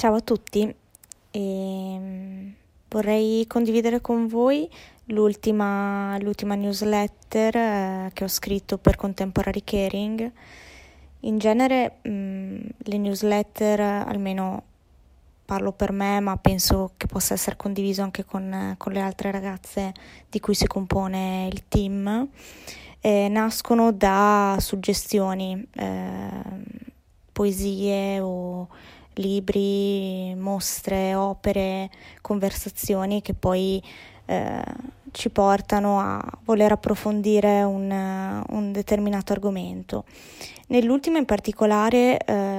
Ciao a tutti, vorrei condividere con voi l'ultima newsletter che ho scritto per Contemporary Caring. In genere le newsletter, almeno parlo per me, ma penso che possa essere condiviso anche con le altre ragazze di cui si compone il team, nascono da suggestioni, poesie o libri, mostre, opere, conversazioni che poi ci portano a voler approfondire un determinato argomento. Nell'ultima in particolare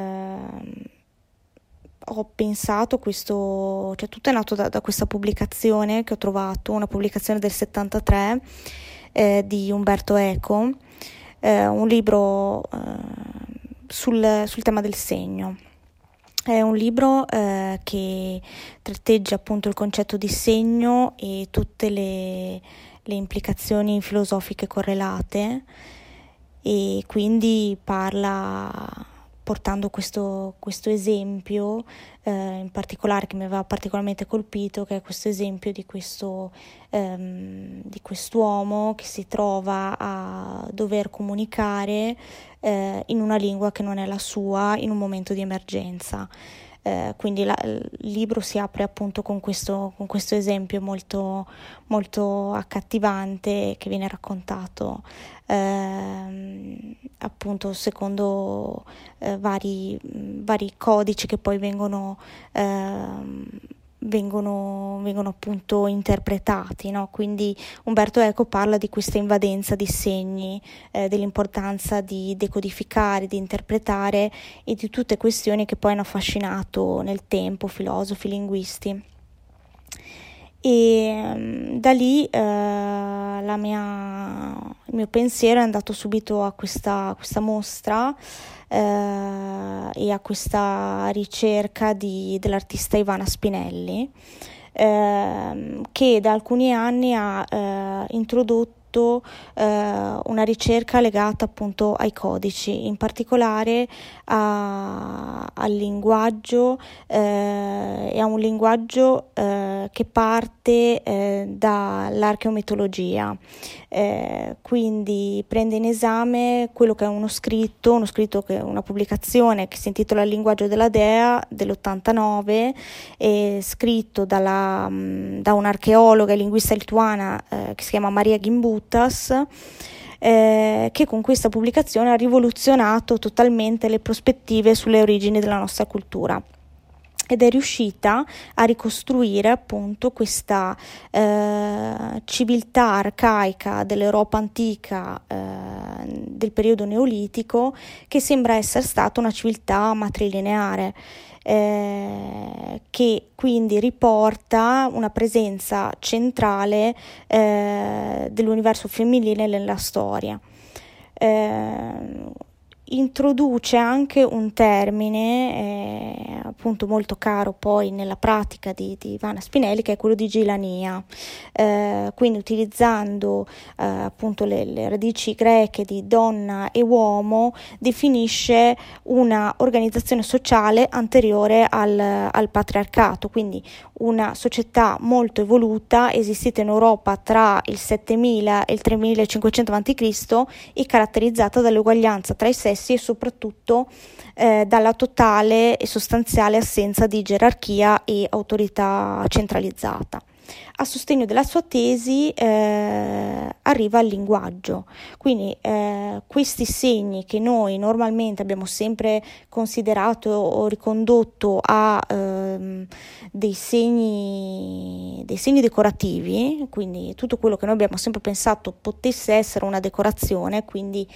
ho pensato tutto è nato da questa pubblicazione che ho trovato, una pubblicazione del 73 di Umberto Eco, un libro sul tema del segno. È un libro che tratteggia appunto il concetto di segno e tutte le implicazioni filosofiche correlate, e quindi parla portando questo esempio in particolare che mi aveva particolarmente colpito, che è questo esempio di quest'uomo che si trova a dover comunicare in una lingua che non è la sua in un momento di emergenza. Quindi il libro si apre appunto con questo esempio molto, molto accattivante, che viene raccontato appunto secondo vari codici che poi vengono appunto interpretati, no? Quindi Umberto Eco parla di questa invadenza di segni, dell'importanza di decodificare, di interpretare, e di tutte questioni che poi hanno affascinato nel tempo filosofi, linguisti. E da lì il mio pensiero è andato subito a questa mostra e a questa ricerca dell'artista Ivana Spinelli, che da alcuni anni ha introdotto una ricerca legata appunto ai codici, in particolare al linguaggio, e a un linguaggio che parte dall'archeometologia, quindi prende in esame quello che è uno scritto che è una pubblicazione che si intitola Il linguaggio della Dea dell'89, scritto da un'archeologa e linguista lituana che si chiama Maria Gimbutas, che con questa pubblicazione ha rivoluzionato totalmente le prospettive sulle origini della nostra cultura, ed è riuscita a ricostruire appunto questa civiltà arcaica dell'Europa antica del periodo neolitico, che sembra essere stata una civiltà matrilineare, che quindi riporta una presenza centrale dell'universo femminile nella storia. Introduce anche un termine appunto molto caro poi nella pratica di Ivana Spinelli, che è quello di gilania, quindi utilizzando appunto le radici greche di donna e uomo, definisce una organizzazione sociale anteriore al patriarcato, quindi una società molto evoluta esistita in Europa tra il 7000 e il 3500 a.C. e caratterizzata dall'uguaglianza tra i sessi e soprattutto dalla totale e sostanziale assenza di gerarchia e autorità centralizzata. A sostegno della sua tesi arriva al linguaggio, quindi questi segni che noi normalmente abbiamo sempre considerato o ricondotto a dei segni decorativi, quindi tutto quello che noi abbiamo sempre pensato potesse essere una decorazione, quindi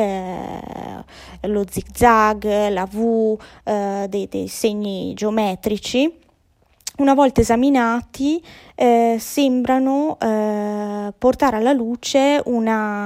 lo zigzag, la V, dei segni geometrici, una volta esaminati sembrano portare alla luce un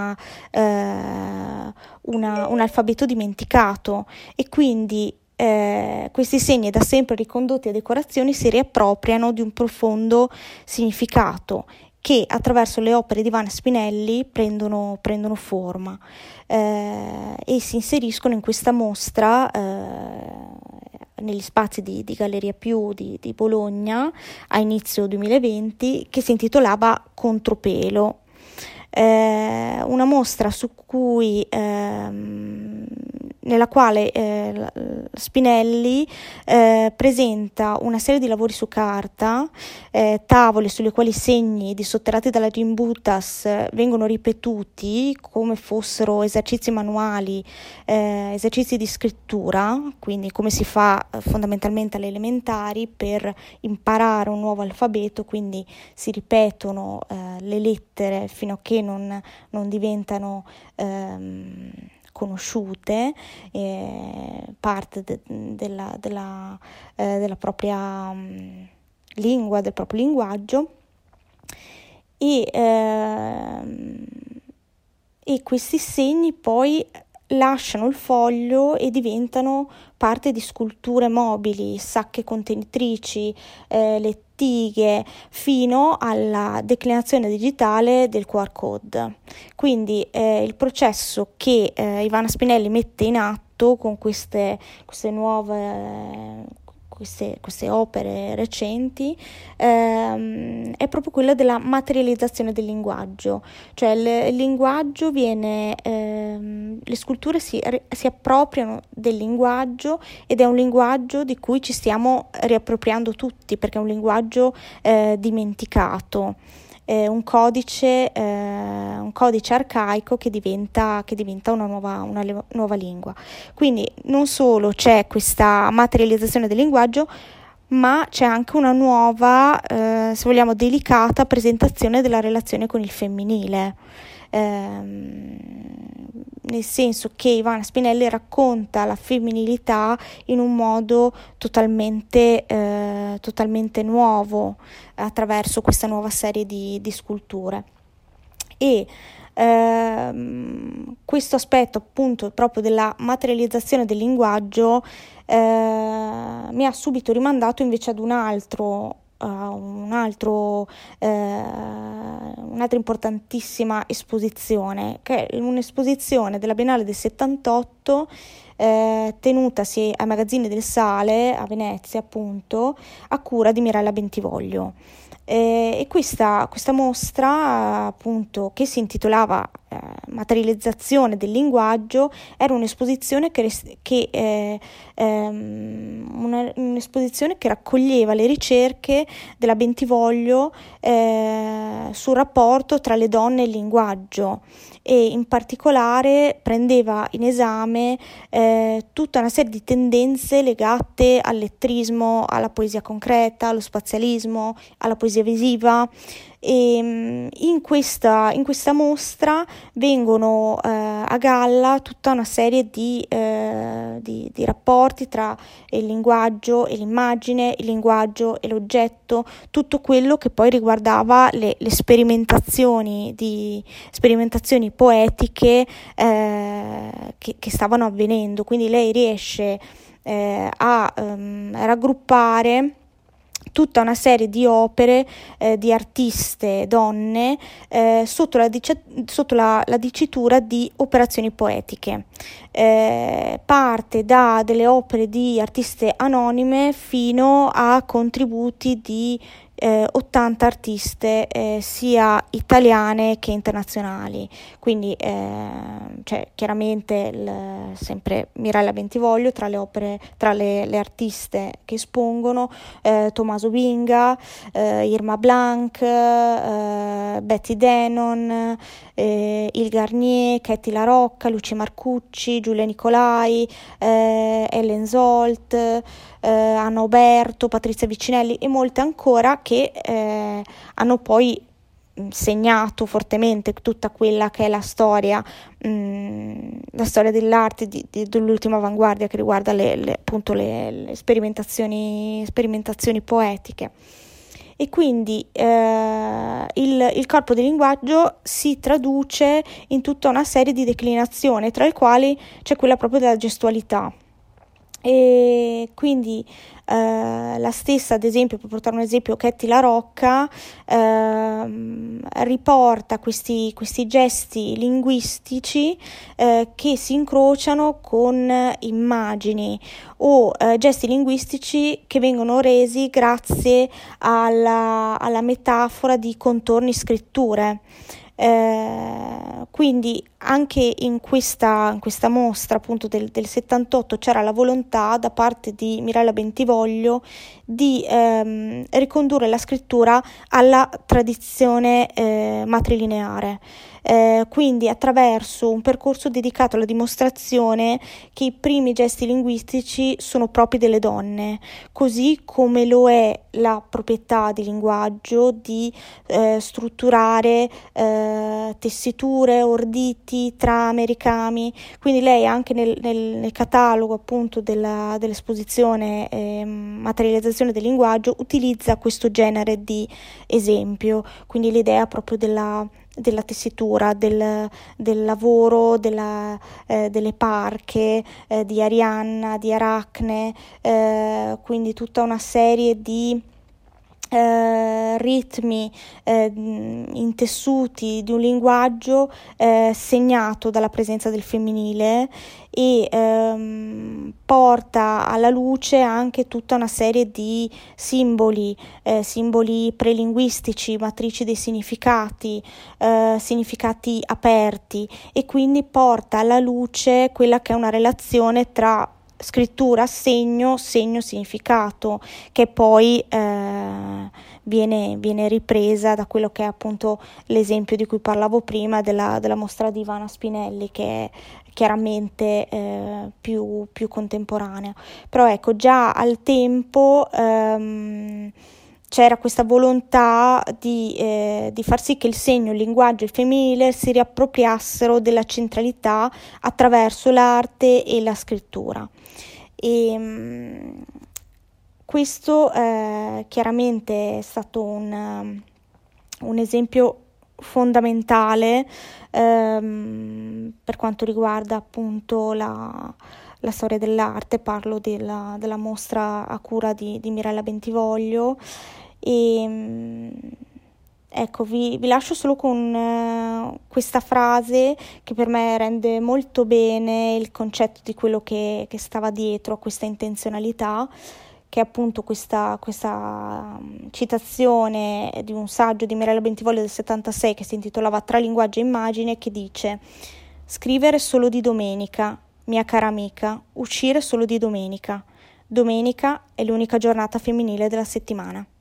alfabeto dimenticato, e quindi questi segni, da sempre ricondotti a decorazioni, si riappropriano di un profondo significato che attraverso le opere di Ivana Spinelli prendono forma e si inseriscono in questa mostra negli spazi di Galleria Più di Bologna a inizio 2020, che si intitolava Contropelo. Una mostra nella quale Spinelli presenta una serie di lavori su carta, tavole sulle quali i segni dissotterrati dalla Gimbutas vengono ripetuti come fossero esercizi manuali, esercizi di scrittura, quindi come si fa fondamentalmente alle elementari per imparare un nuovo alfabeto, quindi si ripetono le lettere fino a che non diventano conosciute, parte della propria lingua, del proprio linguaggio, e questi segni poi lasciano il foglio e diventano parte di sculture mobili, sacche contenitrici, lettighe, fino alla declinazione digitale del QR code. Quindi il processo che Ivana Spinelli mette in atto con queste nuove queste opere recenti è proprio quella della materializzazione del linguaggio, cioè il linguaggio viene, le sculture si appropriano del linguaggio, ed è un linguaggio di cui ci stiamo riappropriando tutti, perché è un linguaggio dimenticato. Un codice arcaico che diventa una nuova lingua. Quindi non solo c'è questa materializzazione del linguaggio, ma c'è anche una nuova, se vogliamo, delicata presentazione della relazione con il femminile. Nel senso che Ivana Spinelli racconta la femminilità in un modo totalmente nuovo, attraverso questa nuova serie di sculture. E questo aspetto appunto proprio della materializzazione del linguaggio mi ha subito rimandato invece ad un'altra importantissima esposizione, che è un'esposizione della Biennale del 78, tenutasi ai Magazzini del Sale a Venezia, appunto, a cura di Mirella Bentivoglio. E questa mostra, appunto, che si intitolava Materializzazione del linguaggio, era un'esposizione un'esposizione che raccoglieva le ricerche della Bentivoglio sul rapporto tra le donne e il linguaggio, e in particolare prendeva in esame tutta una serie di tendenze legate al lettrismo, alla poesia concreta, allo spazialismo, alla poesia visiva. E in questa mostra vengono a galla tutta una serie di rapporti tra il linguaggio e l'immagine, il linguaggio e l'oggetto, tutto quello che poi riguardava le sperimentazioni poetiche che stavano avvenendo. Quindi lei riesce a raggruppare tutta una serie di opere di artiste donne sotto la dicitura di operazioni poetiche. Parte da delle opere di artiste anonime fino a contributi di 80 artiste sia italiane che internazionali. Quindi c'è chiaramente sempre Mirella Bentivoglio tra le artiste che espongono, Tommaso Binga, Irma Blanc, Betty Denon, Il Garnier, Ketty La Rocca, Luci Marcucci, Giulia Nicolai, Ellen Zolt, Anna Oberto, Patrizia Vicinelli e molte ancora che hanno poi segnato fortemente tutta quella che è la storia dell'arte dell'ultima avanguardia, che riguarda le sperimentazioni poetiche. E quindi il corpo del linguaggio si traduce in tutta una serie di declinazioni, tra le quali c'è quella proprio della gestualità. E quindi la stessa, ad esempio, per portare un esempio, Ketty La Rocca riporta questi gesti linguistici che si incrociano con immagini o gesti linguistici che vengono resi grazie alla metafora di contorni scritture. Quindi anche in questa mostra appunto del 78 c'era la volontà da parte di Mirella Bentivoglio di ricondurre la scrittura alla tradizione matrilineare. Quindi attraverso un percorso dedicato alla dimostrazione che i primi gesti linguistici sono propri delle donne, così come lo è la proprietà di linguaggio di strutturare tessiture, orditi, trame, ricami. Quindi lei anche nel catalogo appunto dell'esposizione materializzazione del linguaggio utilizza questo genere di esempio, quindi l'idea proprio della tessitura, del lavoro, delle parche, di Arianna, di Aracne, quindi tutta una serie di ritmi intessuti di un linguaggio segnato dalla presenza del femminile e porta alla luce anche tutta una serie di simboli prelinguistici, matrici dei significati, significati aperti, e quindi porta alla luce quella che è una relazione tra scrittura, segno, significato, che poi viene ripresa da quello che è appunto l'esempio di cui parlavo prima della mostra di Ivana Spinelli, che è chiaramente più contemporanea. Però ecco, già al tempo c'era questa volontà di far sì che il segno, il linguaggio e il femminile si riappropriassero della centralità attraverso l'arte e la scrittura. E questo chiaramente è stato un esempio fondamentale per quanto riguarda appunto la storia dell'arte. Parlo della mostra a cura di Mirella Bentivoglio. E ecco, vi lascio solo con questa frase che per me rende molto bene il concetto di quello che stava dietro a questa intenzionalità, che è appunto questa citazione di un saggio di Mirella Bentivoglio del 76 che si intitolava Tra linguaggio e immagine, che dice: scrivere solo di domenica, mia cara amica, uscire solo di domenica. Domenica è l'unica giornata femminile della settimana.